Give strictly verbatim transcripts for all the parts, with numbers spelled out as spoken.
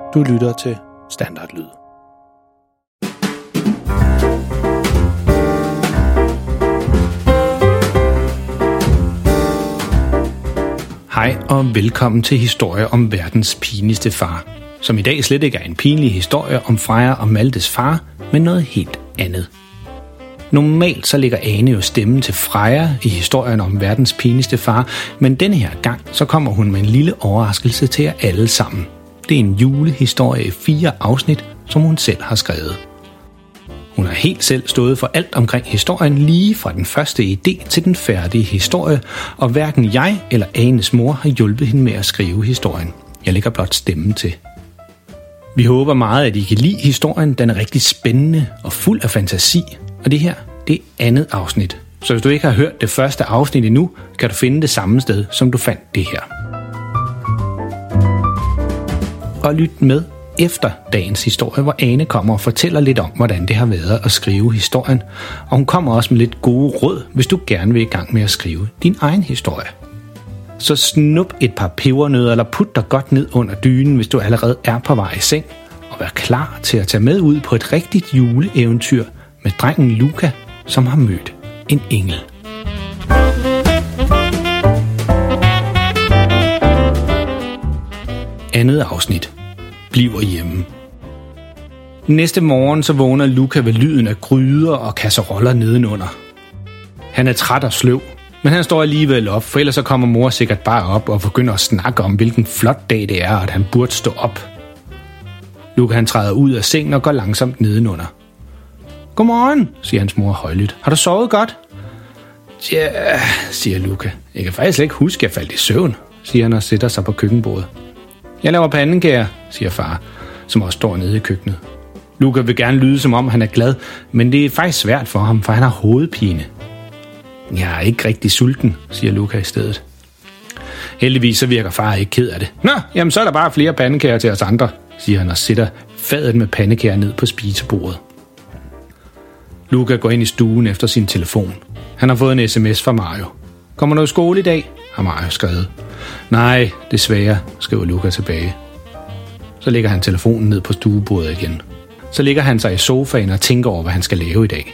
Du lytter til Standardlyd. Hej og velkommen til Historie om verdens pinligste far, som i dag slet ikke er en pinlig historie om Freja og Maltes far, men noget helt andet. Normalt så lægger Ane jo stemmen til Freja i historien om verdens pinligste far, men denne her gang så kommer hun med en lille overraskelse til jer alle sammen. Det er en julehistorie i fire afsnit, som hun selv har skrevet. Hun har helt selv stået for alt omkring historien, lige fra den første idé til den færdige historie, og hverken jeg eller Anes mor har hjulpet hende med at skrive historien. Jeg lægger blot stemmen til. Vi håber meget, at I kan lide historien. Den er rigtig spændende og fuld af fantasi, og det her, det er andet afsnit. Så hvis du ikke har hørt det første afsnit endnu, kan du finde det samme sted, som du fandt det her. Og lyt med efter dagens historie, hvor Ane kommer og fortæller lidt om, hvordan det har været at skrive historien. Og hun kommer også med lidt gode råd, hvis du gerne vil i gang med at skrive din egen historie. Så snup et par pebernødder eller put dig godt ned under dynen, hvis du allerede er på vej i seng. Og vær klar til at tage med ud på et rigtigt juleeventyr med drengen Luca, som har mødt en engel. Andet afsnit. Bliver hjemme. Næste morgen så vågner Luca ved lyden af gryder og kasseroller nedenunder. Han er træt og sløv, men han står alligevel op, for ellers så kommer mor sikkert bare op og begynder at snakke om, hvilken flot dag det er, og at han burde stå op. Luca han træder ud af sengen og går langsomt nedenunder. Godmorgen, siger hans mor højlydt. Har du sovet godt? Ja, siger Luca. Jeg kan faktisk ikke huske, at jeg faldt i søvn, siger han og sætter sig på køkkenbordet. Jeg laver pandekager, siger far, som også står nede i køkkenet. Luca vil gerne lyde, som om han er glad, men det er faktisk svært for ham, for han har hovedpine. Jeg er ikke rigtig sulten, siger Luca i stedet. Heldigvis så virker far ikke ked af det. Nå, jamen så er der bare flere pandekager til os andre, siger han og sætter fadet med pandekager ned på spisebordet. Luca går ind i stuen efter sin telefon. Han har fået en sms fra Mario. Kommer du i skole i dag? Har Mario skrevet. Nej, desværre, skriver Luca tilbage. Så lægger han telefonen ned på stuebordet igen. Så ligger han sig i sofaen og tænker over, hvad han skal lave i dag.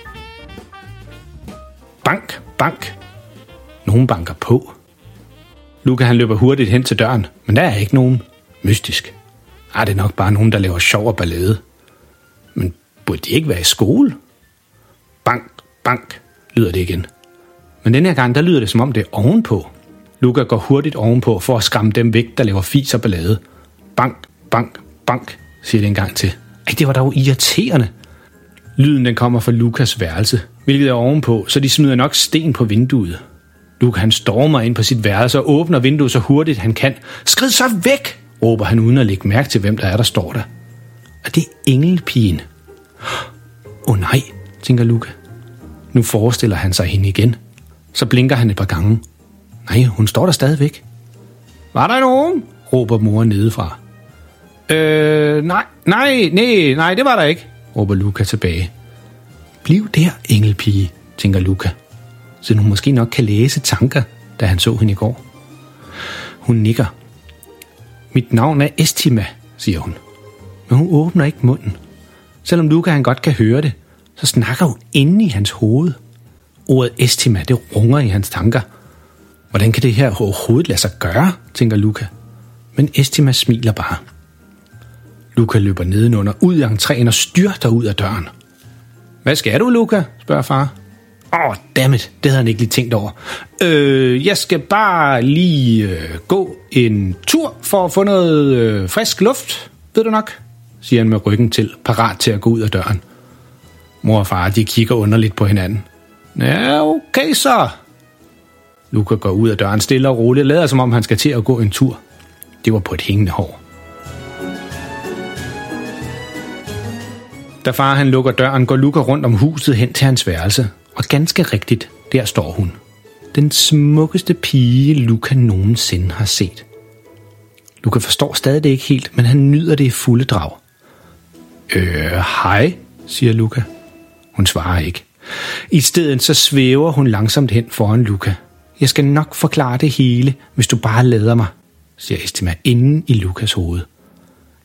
Bank, bank. Nogen banker på. Luca han løber hurtigt hen til døren, men der er ikke nogen. Mystisk. Ah, det er nok bare nogen, der laver sjov og ballade. Men burde de ikke være i skole? Bank, bank, lyder det igen. Men denne her gang, der lyder det som om det er ovenpå. Luca går hurtigt ovenpå for at skræmme dem væk, der laver fis og ballade. Bank, bank, bank, siger det en gang til. Ej, det var dog irriterende. Lyden den kommer fra Lucas værelse, hvilket er ovenpå, så de smider nok sten på vinduet. Luca han stormer ind på sit værelse og åbner vinduet så hurtigt han kan. Skrid så væk, råber han uden at lægge mærke til, hvem der er, der står der. Og det er engelpigen. Åh oh, nej, tænker Luca. Nu forestiller han sig hende igen. Så blinker han et par gange. Nej, hun står der stadigvæk. Var der nogen? Råber mor nedefra. Øh, nej, nej, nej, nej, det var der ikke, råber Luca tilbage. Bliv der, engelpige, tænker Luca. Så hun måske nok kan læse tanker, da han så hende i går. Hun nikker. Mit navn er Estima, siger hun. Men hun åbner ikke munden. Selvom Luca han godt kan høre det, så snakker hun inde i hans hoved. Ordet Estima, det runger i hans tanker. Hvordan kan det her overhovedet lade sig gøre, tænker Luca. Men Estima smiler bare. Luca løber nedenunder ud i entréen og styrter ud af døren. Hvad skal du, Luca? Spørger far. Åh, oh, dammit, det havde han ikke lige tænkt over. Øh, jeg skal bare lige øh, gå en tur for at få noget øh, frisk luft, ved du nok, siger han med ryggen til, parat til at gå ud af døren. Mor og far, de kigger underligt på hinanden. Ja, okay så. Luca går ud af døren stille og roligt og lader som om han skal til at gå en tur. Det var på et hængende hår. Da far han lukker døren, går Luca rundt om huset hen til hans værelse. Og ganske rigtigt, der står hun. Den smukkeste pige, Luca nogensinde har set. Luca forstår stadig det ikke helt, men han nyder det i fulde drag. Øh, hej, siger Luca. Hun svarer ikke. I stedet så svæver hun langsomt hen foran Luca. Jeg skal nok forklare det hele, hvis du bare lader mig, siger Estima inden i Lucas hoved.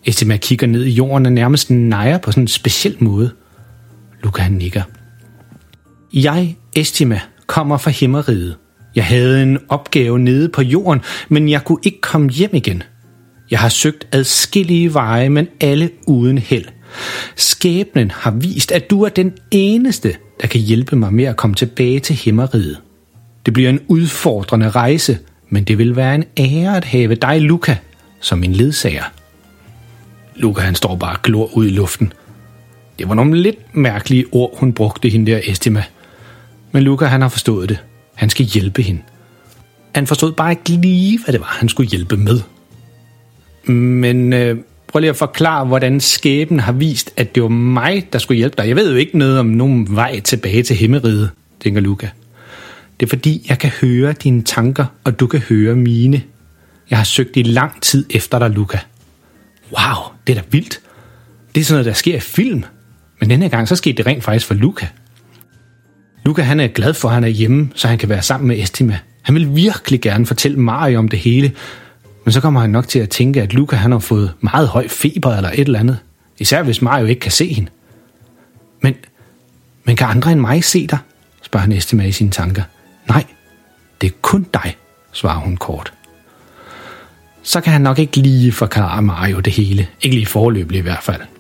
Estima kigger ned i jorden og nærmest nejer på sådan en speciel måde. Luca han nikker. Jeg, Estima, kommer fra Himmeriget. Jeg havde en opgave nede på jorden, men jeg kunne ikke komme hjem igen. Jeg har søgt adskillige veje, men alle uden held. Skæbnen har vist, at du er den eneste, der kan hjælpe mig med at komme tilbage til Himmeriget. Det bliver en udfordrende rejse, men det vil være en ære at have dig, Luca, som min ledsager. Luca han står bare og glor ud i luften. Det var nogle lidt mærkelige ord, hun brugte, hende der Estima. Men Luca han har forstået det. Han skal hjælpe hende. Han forstod bare ikke lige, hvad det var, han skulle hjælpe med. Men øh, prøv lige at forklare, hvordan skæbnen har vist, at det var mig, der skulle hjælpe dig. Jeg ved jo ikke noget om nogen vej tilbage til Himmeriget, tænker Luca. Det er fordi, jeg kan høre dine tanker, og du kan høre mine. Jeg har søgt i lang tid efter dig, Luca. Wow, det er da vildt. Det er sådan noget, der sker i film. Men denne gang, så skete det rent faktisk for Luca. Luca han er glad for, at han er hjemme, så han kan være sammen med Estima. Han vil virkelig gerne fortælle Mario om det hele. Men så kommer han nok til at tænke, at Luca han har fået meget høj feber eller et eller andet. Især hvis Mario ikke kan se hende. Men, men kan andre end mig se dig? Spørger han Estima i sine tanker. Nej, det er kun dig, svarer hun kort. Så kan han nok ikke lige forklare Mario det hele. Ikke lige foreløbig i hvert fald.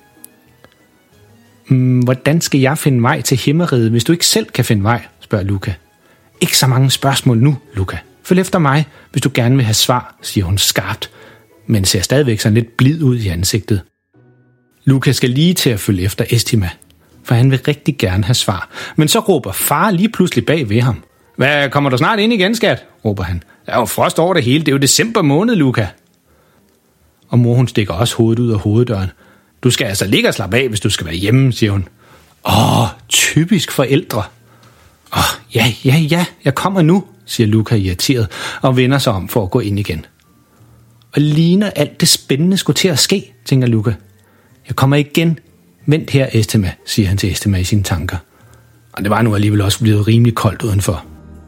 Hvordan skal jeg finde vej til Himmeriget, hvis du ikke selv kan finde vej, spørger Luca. Ikke så mange spørgsmål nu, Luca. Følg efter mig, hvis du gerne vil have svar, siger hun skarpt, men ser stadigvæk sådan lidt blid ud i ansigtet. Luca skal lige til at følge efter Estima, for han vil rigtig gerne have svar. Men så råber far lige pludselig bag ved ham. Hvad, kommer du snart ind igen, skat? Råber han. Der er jo frost over det hele, det er jo december måned, Luca. Og mor hun stikker også hovedet ud af hoveddøren. Du skal altså ligge og slappe af, hvis du skal være hjemme, siger hun. Åh, typisk forældre. Åh, ja, ja, ja, jeg kommer nu, siger Luca irriteret og vender sig om for at gå ind igen. Og ligner alt det spændende skulle til at ske, tænker Luca. Jeg kommer igen. Vent her, Estima, siger han til Estima i sine tanker. Og det var nu alligevel også blevet rimelig koldt udenfor.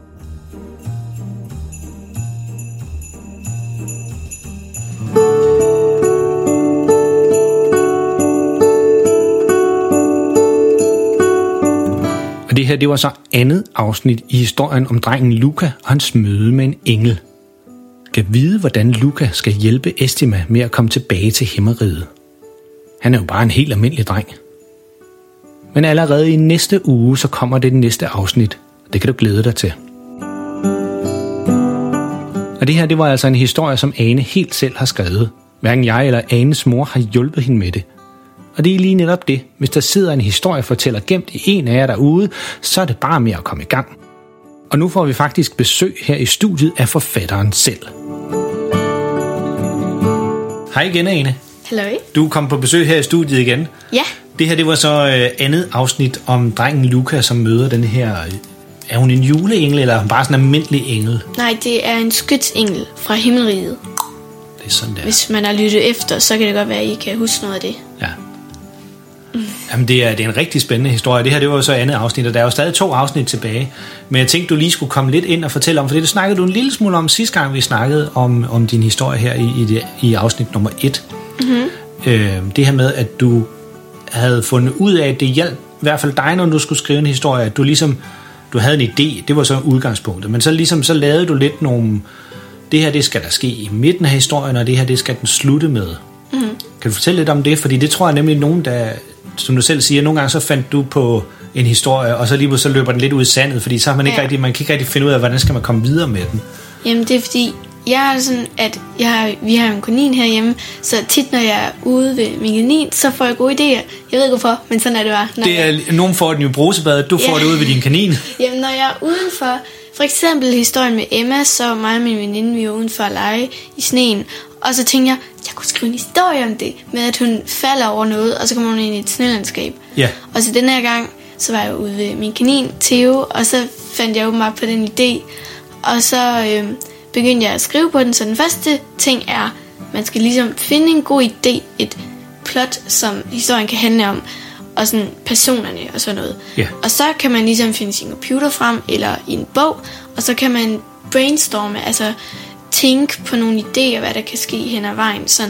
Og det her, det var så andet afsnit i historien om drengen Luca og hans møde med en engel. Kan vide, hvordan Luca skal hjælpe Estima med at komme tilbage til Himmeriget. Han er jo bare en helt almindelig dreng. Men allerede i næste uge, så kommer det næste afsnit. Det kan du glæde dig til. Og det her, det var altså en historie, som Ane helt selv har skrevet. Hverken jeg eller Anes mor har hjulpet hende med det. Og det er lige netop det. Hvis der sidder en historiefortæller gemt i en af jer derude, så er det bare med at komme i gang. Og nu får vi faktisk besøg her i studiet af forfatteren selv. Hej igen, Ane. Halløj. Du kom på besøg her i studiet igen. Ja. Det her, det var så øh, andet afsnit om drengen Luca, som møder den her... Er hun en juleengel, eller er hun bare sådan en almindelig engel? Nej, det er en skytsengel fra Himmeriget. Det er sådan der. Hvis man har lyttet efter, så kan det godt være, at I kan huske noget af det. Ja. Mm. Jamen, det er, det er en rigtig spændende historie. Det her, det var jo så andet afsnit, og der er jo stadig to afsnit tilbage. Men jeg tænkte, du lige skulle komme lidt ind og fortælle om, for det snakkede du en lille smule om sidste gang, vi snakkede om, om din historie her i, i, det, i afsnit nummer et. Mm-hmm. Øh, det her med, at du havde fundet ud af, at det hjalp i hvert fald dig, når du skulle skrive en historie, at du ligesom, du havde en idé, det var så udgangspunktet, men så ligesom, så lavede du lidt nogle, det her, det skal der ske i midten af historien, og det her, det skal den slutte med. Mm-hmm. Kan du fortælle lidt om det? Fordi det tror jeg nemlig nogen, der, som du selv siger, nogle gange så fandt du på en historie, og så lige så løber den lidt ud i sandet, fordi så har man ikke ja. rigtig, man kan ikke rigtig finde ud af, hvordan skal man komme videre med den. Jamen det er fordi, jeg er sådan, at jeg har, vi har en kanin herhjemme, så tit når jeg er ude ved min kanin, så får jeg gode idéer. Jeg ved ikke hvorfor, men sådan er det bare. Det er, jeg... nogen får den jo brusebadet, du får ja. det ude ved din kanin. Jamen når jeg er udenfor, for eksempel historien med Emma, så mig og min veninde, vi var udenfor at lege i sneen, og så tænkte jeg, jeg kunne skrive en historie om det, med at hun falder over noget, og så kommer hun ind i et snelandskab. Ja. Og så den her gang, så var jeg ude ved min kanin, Theo, og så fandt jeg åbenbart på den idé, og så... Øh, begyndte jeg at skrive på den, så den første ting er, man skal ligesom finde en god idé, et plot, som historien kan handle om, og sådan personerne og sådan noget. Yeah. Og så kan man ligesom finde sin computer frem, eller i en bog, og så kan man brainstorme, altså tænke på nogle idéer, hvad der kan ske hen ad vejen, sådan,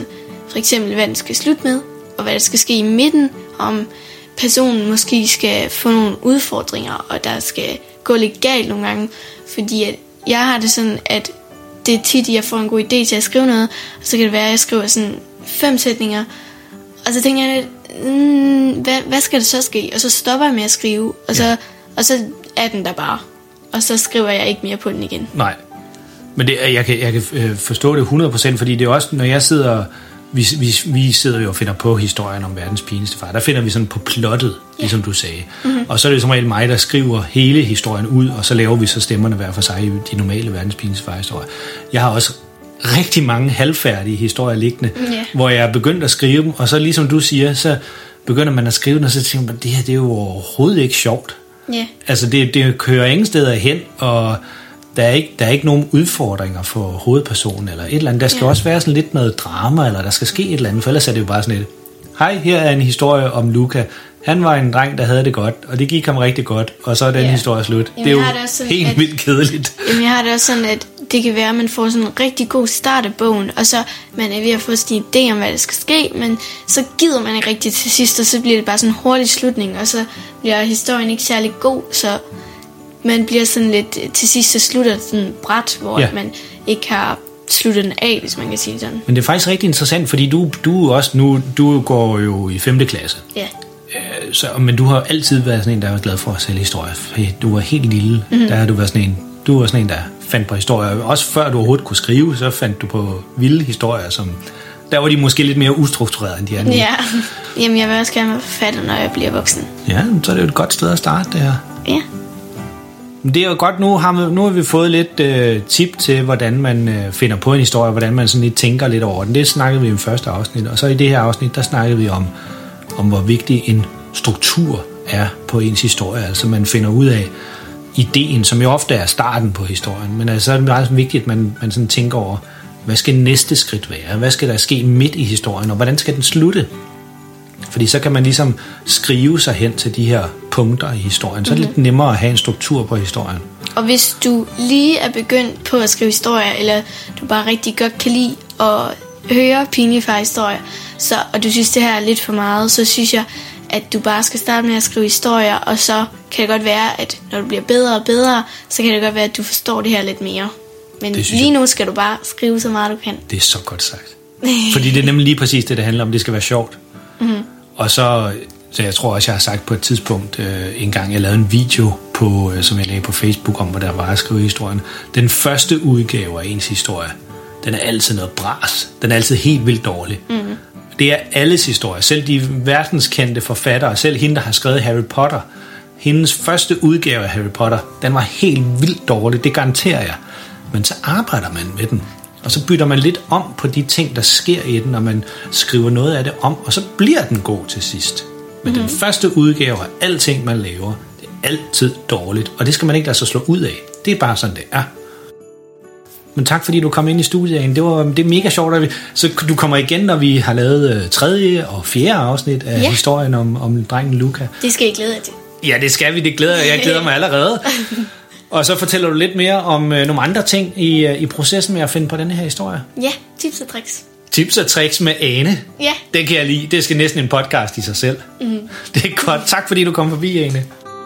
for eksempel hvad den skal slutte med, og hvad der skal ske i midten, om personen måske skal få nogle udfordringer, og der skal gå lidt galt nogle gange, fordi at jeg har det sådan, at det er tit, jeg får en god idé til at skrive noget, og så kan det være, at jeg skriver sådan fem sætninger, og så tænker jeg lidt, mm, hvad, hvad skal der så ske? Og så stopper jeg med at skrive, og så, ja. og så er den der bare, og så skriver jeg ikke mere på den igen. Nej, men det, jeg kan, jeg kan forstå det hundrede procent, fordi det er også, når jeg sidder... Vi, vi, vi sidder jo og finder på historien om verdens pinligste far. Der finder vi sådan på plottet, yeah. ligesom du sagde. Mm-hmm. Og så er det som regel mig, der skriver hele historien ud, og så laver vi så stemmerne hver for sig i de normale verdens pinligste far-historier. Jeg har også rigtig mange halvfærdige historier liggende, yeah. hvor jeg er begyndt at skrive dem, og så ligesom du siger, så begynder man at skrive dem, og så tænker man, det her det er jo overhovedet ikke sjovt. Yeah. Altså det, det kører ingen steder hen, og Der er, ikke, der er ikke nogen udfordringer for hovedpersonen eller et eller andet. Der skal ja. også være sådan lidt noget drama, eller der skal ske et eller andet, for ellers er det jo bare sådan et, hej, her er en historie om Luca. Han var en dreng, der havde det godt, og det gik ham rigtig godt, og så er den ja. historie slut. Jamen, det er jo det sådan, helt at, vildt kedeligt. Jamen, jeg har det også sådan, at det kan være, at man får sådan en rigtig god start af bogen, og så man er ved at få sådan en idé om, hvad der skal ske, men så gider man ikke rigtig til sidst, og så bliver det bare sådan en hurtig slutning, og så bliver historien ikke særlig god, så man bliver sådan lidt, til sidst så slutter sådan bræt, hvor ja. man ikke har sluttet den af, hvis man kan sige sådan. Men det er faktisk rigtig interessant, fordi du, du også nu, du går jo i femte klasse. Ja. Så, men du har altid været sådan en, der er glad for at sælge historier. Du var helt lille, mm-hmm. der har du været sådan en, du var sådan en, der fandt på historier. Også før du overhovedet kunne skrive, så fandt du på vilde historier, som der var de måske lidt mere ustrukturerede end de andre. Ja, jamen jeg vil også gerne være forfatter, når jeg bliver voksen. Ja, så er det jo et godt sted at starte det her. Ja. Det er jo godt, nu har, vi, nu har vi fået lidt øh, tip til, hvordan man øh, finder på en historie, hvordan man sådan lidt tænker lidt over den. Det snakkede vi i første afsnit, og så i det her afsnit, der snakkede vi om, om hvor vigtig en struktur er på ens historie. Altså man finder ud af ideen, som jo ofte er starten på historien, men altså er det meget vigtigt, at man, man sådan tænker over, hvad skal næste skridt være? Hvad skal der ske midt i historien, og hvordan skal den slutte? Fordi så kan man ligesom skrive sig hen til de her punkter i historien. Så er det mm-hmm. lidt nemmere at have en struktur på historien. Og hvis du lige er begyndt på at skrive historier, eller du bare rigtig godt kan lide at høre pinlige far-historier, så, og du synes det her er lidt for meget, så synes jeg, at du bare skal starte med at skrive historier, og så kan det godt være, at når du bliver bedre og bedre, så kan det godt være, at du forstår det her lidt mere. Men lige nu skal du bare skrive så meget du kan. Det er så godt sagt. Fordi det er nemlig lige præcis det, det handler om. Det skal være sjovt. Mm-hmm. Og så, så jeg tror også, jeg har sagt på et tidspunkt øh, en gang, jeg lavede en video, på, øh, som jeg lagde på Facebook om, hvor der var at skrive historien. Den første udgave af ens historie, den er altid noget bras. Den er altid helt vildt dårlig. Mm-hmm. Det er alles historie. Selv de verdenskendte forfattere, selv hende, der har skrevet Harry Potter, hendes første udgave af Harry Potter, den var helt vildt dårlig, det garanterer jeg. Men så arbejder man med den. Og så bytter man lidt om på de ting, der sker i den, og man skriver noget af det om, og så bliver den god til sidst. Men mm-hmm. den første udgave af alting, man laver, det er altid dårligt, og det skal man ikke lade sig slå ud af. Det er bare sådan, det er. Men tak, fordi du kom ind i studiet. Det var det er mega sjovt, at vi, så du kommer igen, når vi har lavet tredje og fjerde afsnit af ja. historien om, om drengen Luca. Det skal I glæde jer til. Ja, det skal vi. Det glæder jeg. Jeg glæder mig allerede. Og så fortæller du lidt mere om øh, nogle andre ting i, øh, i processen med at finde på denne her historie. Ja, tips og tricks. Tips og tricks med Ane. Ja. Det kan jeg lide. Det skal næsten en podcast i sig selv. Mm. Det er godt. Tak fordi du kom forbi, Ane.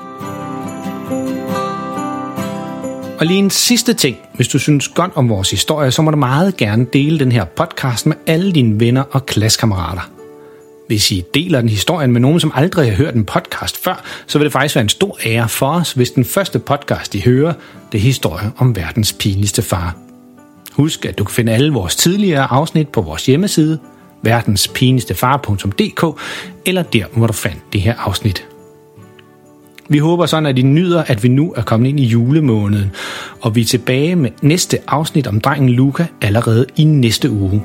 Og lige en sidste ting. Hvis du synes godt om vores historie, så må du meget gerne dele den her podcast med alle dine venner og klassekammerater. Hvis I deler den historien med nogen, som aldrig har hørt en podcast før, så vil det faktisk være en stor ære for os, hvis den første podcast, I hører, det er historie om verdens pinligste far. Husk, at du kan finde alle vores tidligere afsnit på vores hjemmeside, verdenspinligstefar punktum d k, eller der, hvor du fandt det her afsnit. Vi håber sådan, at I nyder, at vi nu er kommet ind i julemåneden, og vi er tilbage med næste afsnit om drengen Luca allerede i næste uge.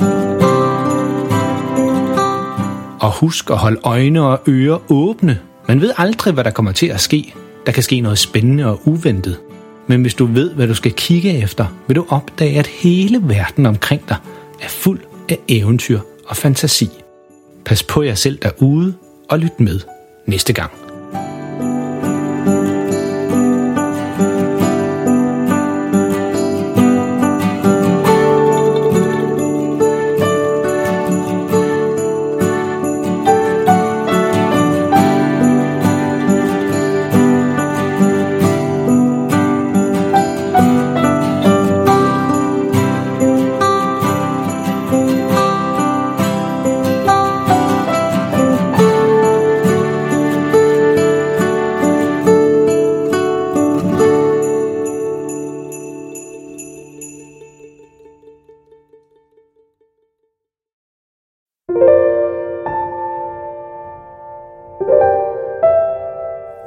Og husk at holde øjne og ører åbne. Man ved aldrig, hvad der kommer til at ske. Der kan ske noget spændende og uventet. Men hvis du ved, hvad du skal kigge efter, vil du opdage, at hele verden omkring dig er fuld af eventyr og fantasi. Pas på jer selv derude og lyt med næste gang.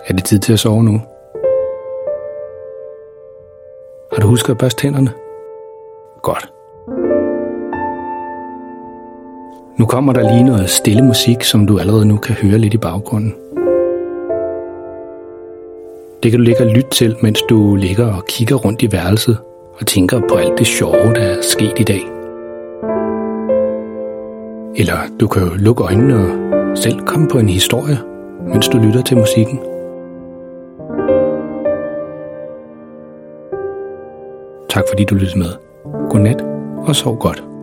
Er det tid til at sove nu? Har du husket at børste tænderne? Godt. Nu kommer der lige noget stille musik, som du allerede nu kan høre lidt i baggrunden. Det kan du ligge og lytte til, mens du ligger og kigger rundt i værelset og tænker på alt det sjove, der er sket i dag. Eller du kan jo lukke øjnene og selv komme på en historie, mens du lytter til musikken. Tak fordi du lyttede med. Godnat og sov godt.